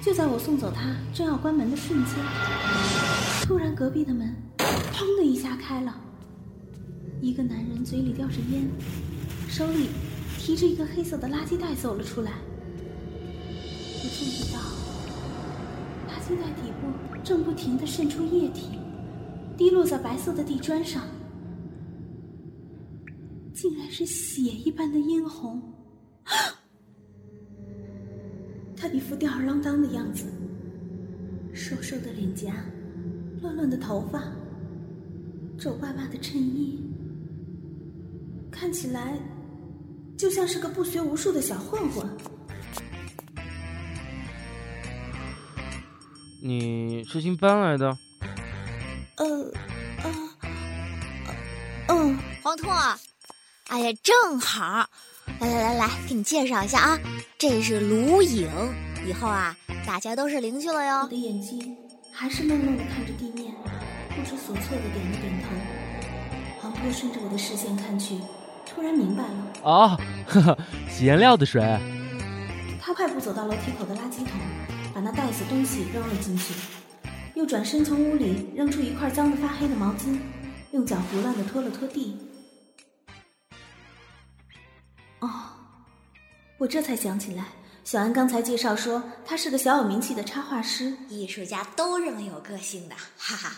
就在我送走他正要关门的瞬间，突然隔壁的门砰的一下开了，一个男人嘴里叼着烟，手里提着一个黑色的垃圾袋走了出来。我注意到垃圾袋底部正不停地渗出液体，滴落在白色的地砖上，竟然是血一般的殷红。他一副吊儿郎当的样子，瘦瘦的脸颊，乱乱的头发，皱巴巴的衬衣，看起来就像是个不学无术的小混混。 你是新搬来的？ 黄兔，哎呀，正好，来，给你介绍一下啊，这是卢影，以后啊，大家都是邻居了哟。 我的眼睛还是愣愣地看着地面，不知所措地点了点头。黄兔顺着我的视线看去，突然明白了。 哦，洗颜料的水。 他快步走到楼梯口的垃圾桶，把那袋子东西扔了进去，又转身从屋里扔出一块脏得发黑的毛巾，用脚胡乱地拖了拖地。我这才想起来，小安刚才介绍说他是个小有名气的插画师， 艺术家都这么有个性的，哈哈。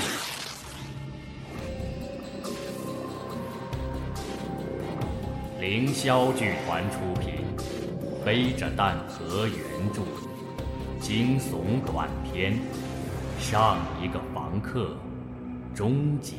凌霄剧团出品，背着蛋壳原著，惊悚短篇，上一个房客，终集。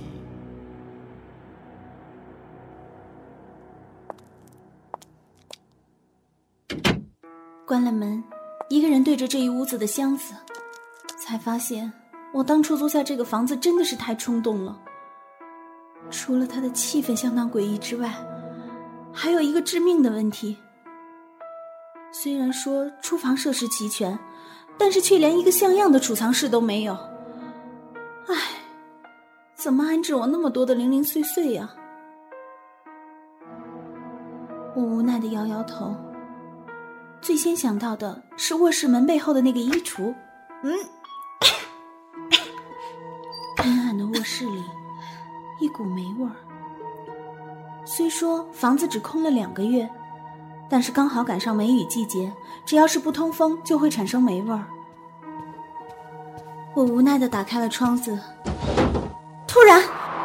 关了门，一个人对着这一屋子的箱子，才发现我当初租下这个房子真的是太冲动了。除了它的气氛相当诡异之外，还有一个致命的问题。虽然说厨房设施齐全，但是却连一个像样的储藏室都没有。唉，怎么安置我那么多的零零碎碎呀？我无奈地摇摇头。最先想到的是卧室门背后的那个衣橱。阴暗的卧室里，一股霉味儿。虽说房子只空了2个月，但是刚好赶上梅雨季节，只要是不通风就会产生霉味儿。我无奈地打开了窗子，突然，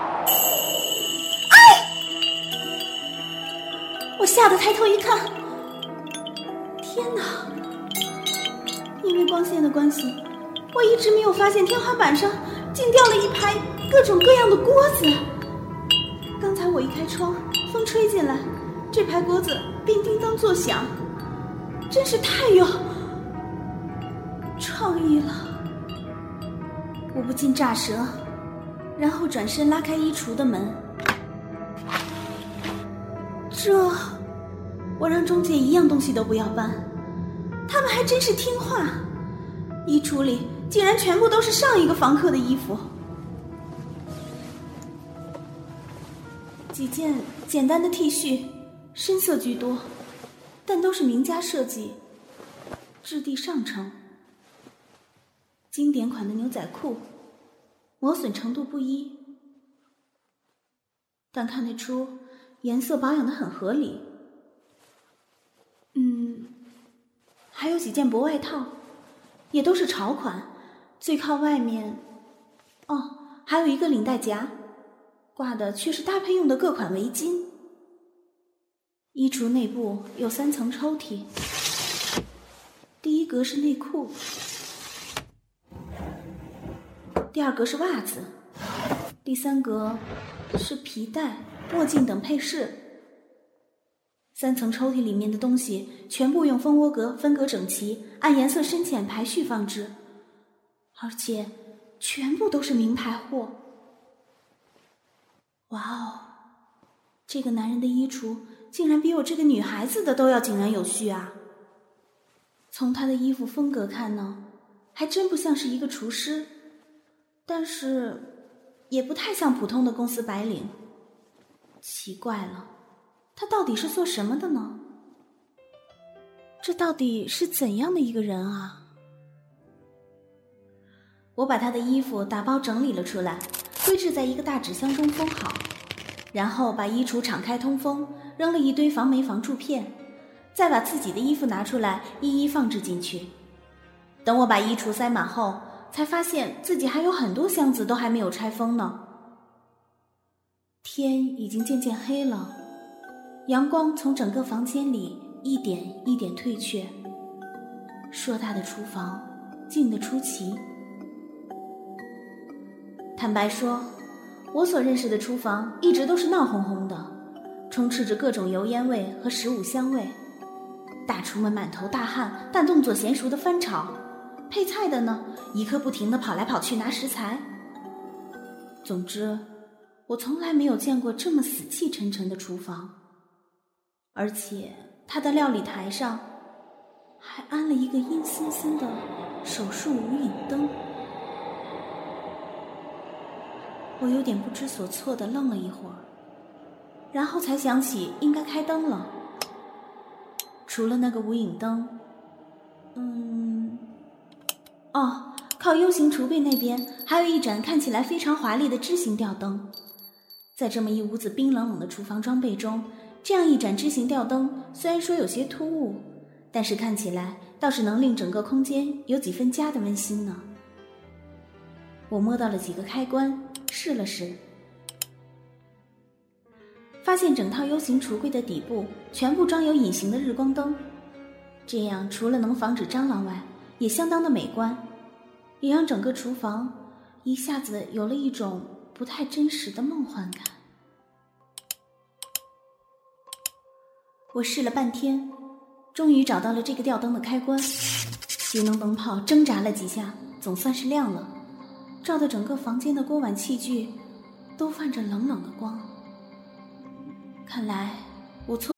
我吓得抬头一看，天哪！因为光线的关系，我一直没有发现天花板上竟掉了一排各种各样的锅子。刚才我一开窗，风吹进来，这排锅子便叮当作响，真是太有创意了。我不禁乍舌，然后转身拉开衣橱的门。我让中介一样东西都不要搬，他们还真是听话。衣橱里竟然全部都是上一个房客的衣服，几件简单的 T 恤，深色居多，但都是名家设计，质地上乘。经典款的牛仔裤，磨损程度不一，但看得出颜色保养得很合理。还有几件薄外套，也都是潮款，最靠外面还有一个领带夹，挂的却是搭配用的各款围巾。衣橱内部有3层抽屉，第一格是内裤，第2格是袜子，第3格是皮带、墨镜等配饰。3层抽屉里面的东西全部用蜂窝格分隔整齐，按颜色深浅排序放置，而且全部都是名牌货。哇哦，这个男人的衣橱竟然比我这个女孩子的都要井然有序啊！从他的衣服风格看呢，还真不像是一个厨师，但是也不太像普通的公司白领。奇怪了，他到底是做什么的呢？这到底是怎样的一个人啊？ 我把他的衣服打包整理了出来，归置在一个大纸箱中封好，然后把衣橱敞开通风，扔了一堆防霉防蛀片，再把自己的衣服拿出来一一放置进去。等我把衣橱塞满后，才发现自己还有很多箱子都还没有拆封呢。天已经渐渐黑了，阳光从整个房间里一点一点退却。硕大的厨房静得出奇。坦白说，我所认识的厨房一直都是闹哄哄的，充斥着各种油烟味和食物香味。大厨们满头大汗，但动作娴熟的翻炒，配菜的呢，一刻不停地跑来跑去拿食材。总之，我从来没有见过这么死气沉沉的厨房，而且它的料理台上还安了一个阴森森的手术无影灯。我有点不知所措地愣了一会儿，然后才想起应该开灯了。除了那个无影灯，靠 U 型橱柜那边还有一盏看起来非常华丽的枝形吊灯。在这么一屋子冰冷冷的厨房装备中，这样一盏枝形吊灯虽然说有些突兀，但是看起来倒是能令整个空间有几分家的温馨呢。我摸到了几个开关，试了试，发现整套 U 型橱柜的底部全部装有隐形的日光灯，这样除了能防止蟑螂外，也相当的美观，也让整个厨房一下子有了一种不太真实的梦幻感。我试了半天，终于找到了这个吊灯的开关，节能灯泡挣扎了几下，总算是亮了，照得整个房间的锅碗器具都泛着冷冷的光。看来我错。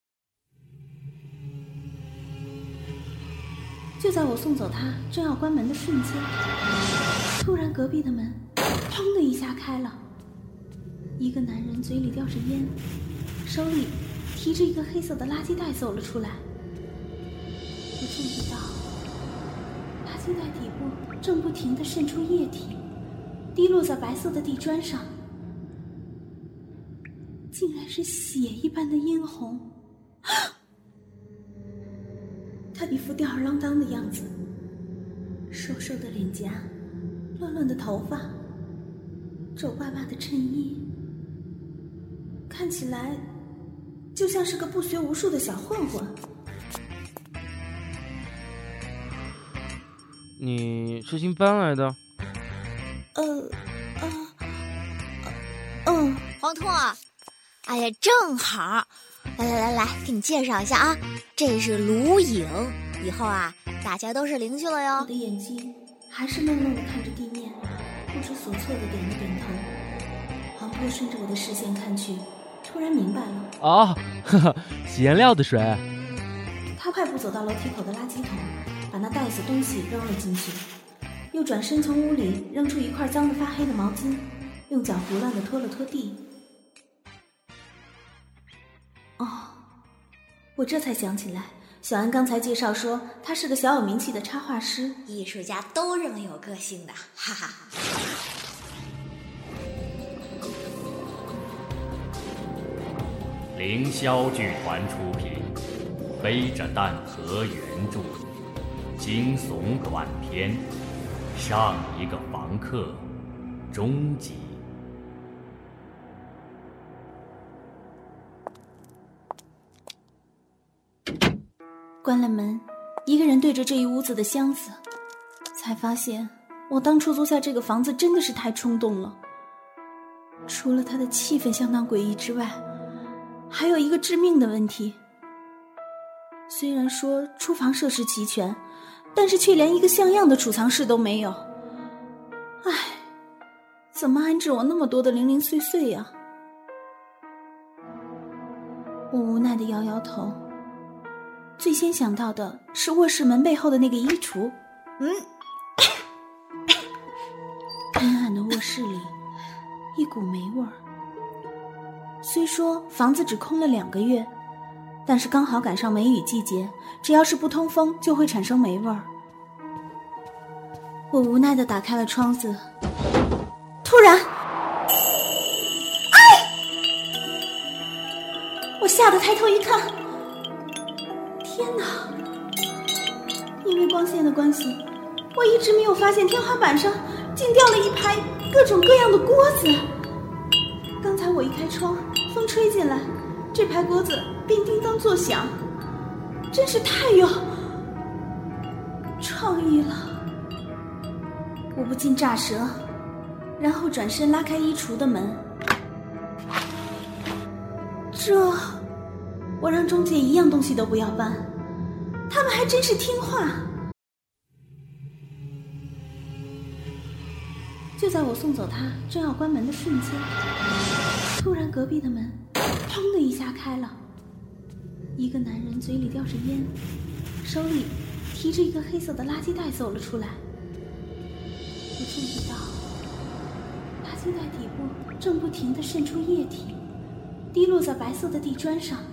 就在我送走他正要关门的瞬间，突然隔壁的门砰的一下开了，一个男人嘴里叼着烟，手里提着一个黑色的垃圾袋走了出来。我注意到垃圾袋底部正不停地渗出液体，滴落在白色的地砖上，竟然是血一般的殷红。他一副吊儿郎当的样子，瘦瘦的脸颊，乱乱的头发，皱巴巴的衬衣，看起来就像是个不学无术的小混混。 你是新搬来的？ 黄兔，哎呀，正好，来，给你介绍一下啊，这是卢影，以后啊，大家都是邻居了哟。 我的眼睛还是愣愣地看着地面，不知所措地点了点头。黄兔顺着我的视线看去，突然明白了。 哦，洗颜料的水。 他快步走到楼梯口的垃圾桶，把那袋子东西扔了进去，又转身从屋里扔出一块脏得发黑的毛巾，用脚胡乱地拖了拖地。我这才想起来，小安刚才介绍说他是个小有名气的插画师， 艺术家都这么有个性的，哈哈。 凌霄剧团出品，背着蛋壳原著，惊悚短篇，上一个房客，终极。 关了门，一个人对着这一屋子的箱子，才发现我当初租下这个房子真的是太冲动了。除了它的气氛相当诡异之外，还有一个致命的问题。虽然说厨房设施齐全，但是却连一个像样的储藏室都没有。唉，怎么安置我那么多的零零碎碎呀？我无奈地摇摇头。最先想到的是卧室门背后的那个衣橱。阴暗的卧室里，一股霉味儿。虽说房子只空了2个月，但是刚好赶上梅雨季节，只要是不通风就会产生霉味儿。 我无奈地打开了窗子，突然，我吓得抬头一看，天哪！因为光线的关系，我一直没有发现天花板上竟掉了一排各种各样的锅子。刚才我一开窗，风吹进来，这排锅子便叮当作响，真是太有创意了。我不禁乍舌，然后转身拉开衣橱的门。我让中介一样东西都不要搬，他们还真是听话。就在我送走他正要关门的瞬间，突然隔壁的门砰的一下开了，一个男人嘴里叼着烟，手里提着一个黑色的垃圾袋走了出来。我注意到垃圾袋底部正不停地渗出液体，滴落在白色的地砖上，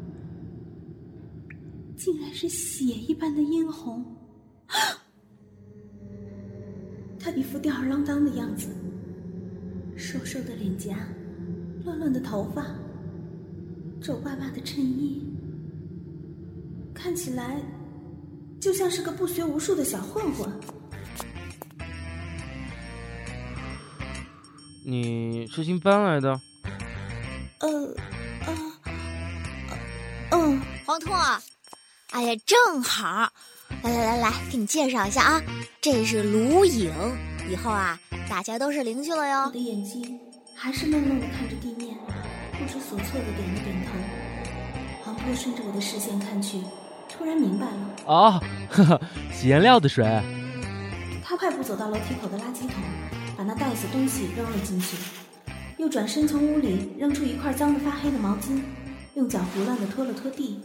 竟然是血一般的殷红。他一副吊儿郎当的样子，瘦瘦的脸颊，乱乱的头发，皱巴巴的衬衣，看起来就像是个不学无术的小混混。 你是新搬来的？ 黄兔，哎呀，正好，来，给你介绍一下啊，这是卢影，以后啊，大家都是邻居了哟。 我的眼睛还是愣愣地看着地面，不知所措地点了点头。黄兔顺着我的视线看去，突然明白了。 哦，洗颜料的水。 他快步走到楼梯口的垃圾桶，把那袋子东西扔了进去，又转身从屋里扔出一块脏得发黑的毛巾，用脚胡乱地拖了拖地。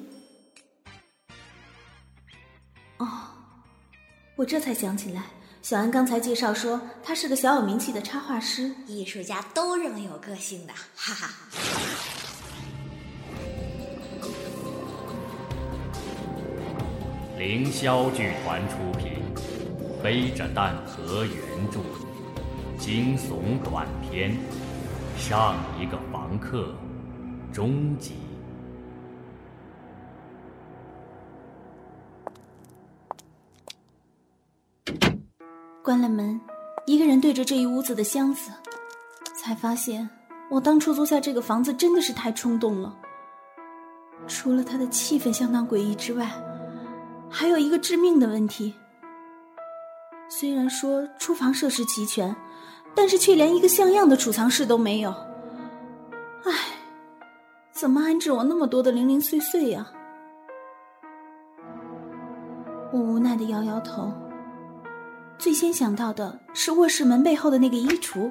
我这才想起来，小安刚才介绍说他是个小有名气的插画师， 艺术家都这么有个性的，哈哈。 凌霄剧团出品，背着蛋壳原著，惊悚短篇《上一个房客》终集。 关了门，一个人对着这一屋子的箱子，才发现我当初租下这个房子真的是太冲动了。除了它的气氛相当诡异之外，还有一个致命的问题。虽然说厨房设施齐全，但是却连一个像样的储藏室都没有。唉，怎么安置我那么多的零零碎碎呀？我无奈地摇摇头。最先想到的是卧室门背后的那个衣橱。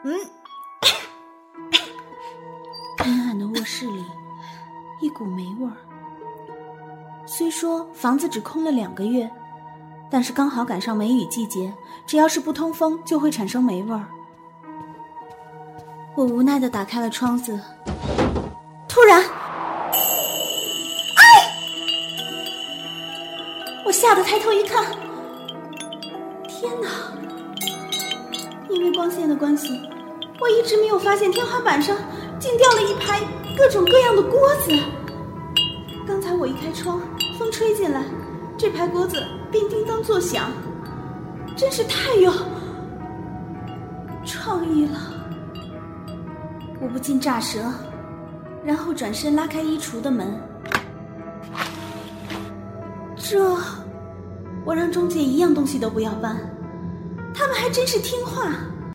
阴暗的卧室里，一股霉味儿。虽说房子只空了2个月，但是刚好赶上梅雨季节，只要是不通风就会产生霉味儿。我无奈地打开了窗子，突然，我吓得抬头一看，天哪！因为光线的关系，我一直没有发现天花板上竟掉了一排各种各样的锅子。刚才我一开窗，风吹进来，这排锅子便叮当作响，真是太有创意了。我不禁乍舌，然后转身拉开衣橱的门。我让中介一样东西都不要搬，他们还真是听话。